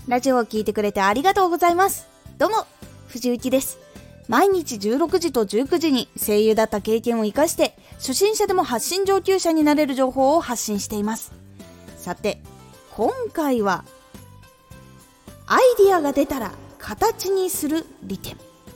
ラジオを聞いてくれてありがとうございます。どうも、藤幸です。毎日16時と19時に声優だった経験を生かして初心者でも発信上級者になれる情報を発信しています。さて、今回はアイディアが出たら形にする利点。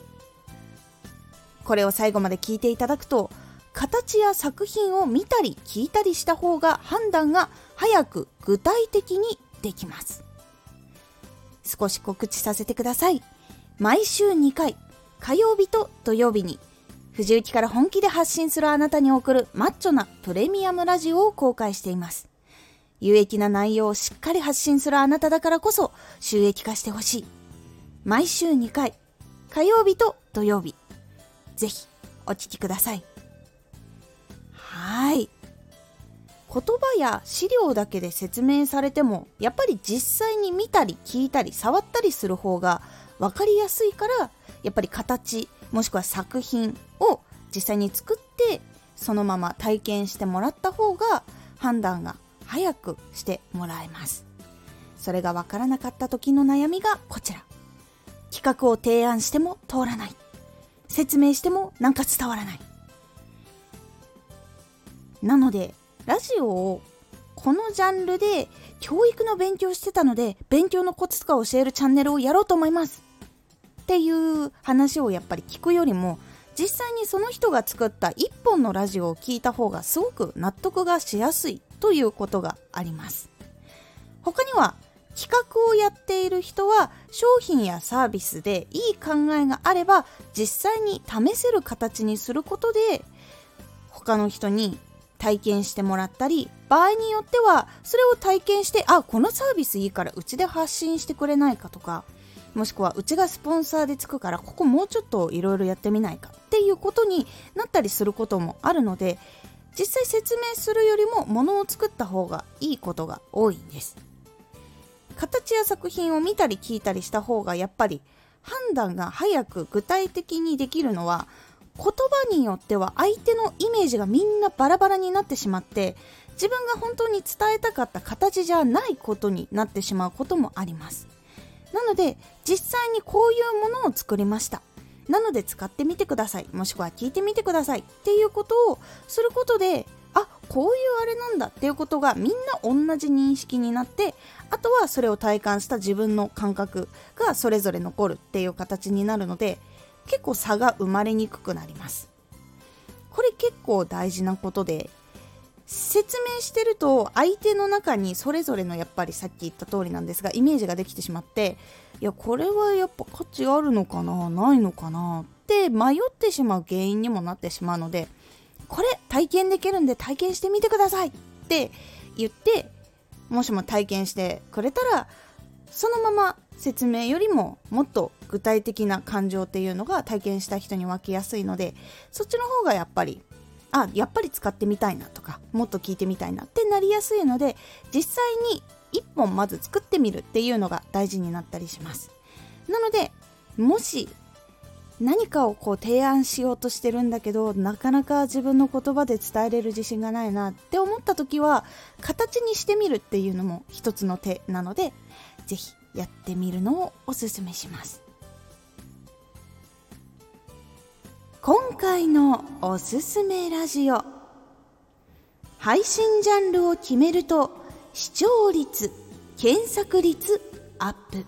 これを最後まで聞いていただくと、形や作品を見たり聞いたりした方が判断が早く具体的にできます。少し告知させてください。毎週2回、火曜日と土曜日に藤幸から本気で発信するあなたに送るマッチョなプレミアムラジオを公開しています。有益な内容をしっかり発信するあなただからこそ収益化してほしい。毎週2回、火曜日と土曜日、ぜひお聞きください。はい。言葉や資料だけで説明されても、やっぱり実際に見たり聞いたり触ったりする方が分かりやすいから、やっぱり形もしくは作品を実際に作ってそのまま体験してもらった方が判断が早くしてもらえます。それが分からなかった時の悩みがこちら。企画を提案しても通らない。説明してもなんか伝わらない。なのでラジオをこのジャンルで教育の勉強してたので、勉強のコツとか教えるチャンネルをやろうと思いますっていう話をやっぱり聞くよりも、実際にその人が作った一本のラジオを聞いた方がすごく納得がしやすいということがあります。他には企画をやっている人は商品やサービスでいい考えがあれば実際に試せる形にすることで他の人に体験してもらったり、場合によってはそれを体験して、このサービスいいからうちで発信してくれないかとか、もしくはうちがスポンサーでつくからここもうちょっといろいろやってみないかっていうことになったりすることもあるので、実際説明するよりもものを作った方がいいことが多いんです。形や作品を見たり聞いたりした方がやっぱり判断が早く具体的にできるのは、言葉によっては相手のイメージがみんなバラバラになってしまって、自分が本当に伝えたかった形じゃないことになってしまうこともあります。なので実際にこういうものを作りました、なので使ってみてください、もしくは聞いてみてくださいっていうことをすることで、こういうあれなんだっていうことがみんな同じ認識になって、あとはそれを体感した自分の感覚がそれぞれ残るっていう形になるので、結構差が生まれにくくなります。これ結構大事なことで、説明してると相手の中にそれぞれのやっぱりさっき言った通りなんですがイメージができてしまって、いやこれはやっぱ価値あるのかなないのかなって迷ってしまう原因にもなってしまうので、これ体験できるんで体験してみてくださいって言って、もしも体験してくれたらそのまま説明よりももっと具体的な感情っていうのが体験した人に湧きやすいので、そっちの方がやっぱり使ってみたいなとかもっと聞いてみたいなってなりやすいので、実際に一本まず作ってみるっていうのが大事になったりします。なのでもし何かを提案しようとしてるんだけどなかなか自分の言葉で伝えれる自信がないなって思った時は、形にしてみるっていうのも一つの手なので、ぜひやってみるのをおすすめします。今回のおすすめラジオ、配信ジャンルを決めると視聴率、検索率アップ。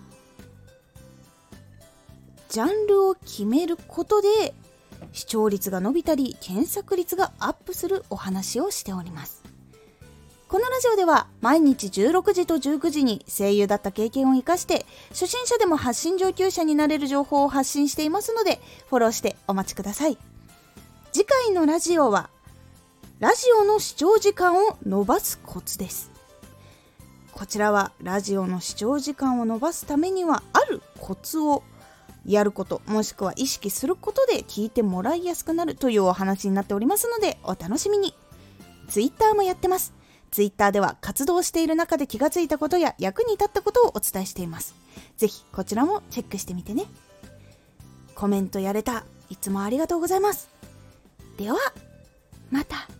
ジャンルを決めることで視聴率が伸びたり検索率がアップするお話をしております。このラジオでは毎日16時と19時に声優だった経験を生かして初心者でも発信上級者になれる情報を発信していますので、フォローしてお待ちください。次回のラジオはラジオの視聴時間を伸ばすコツです。こちらはラジオの視聴時間を伸ばすためにはあるコツをやること、もしくは意識することで聞いてもらいやすくなるというお話になっておりますので、お楽しみに。ツイッターもやってます。ツイッターでは活動している中で気がついたことや役に立ったことをお伝えしています。ぜひこちらもチェックしてみてね。コメントやれた、いつもありがとうございます。ではまた。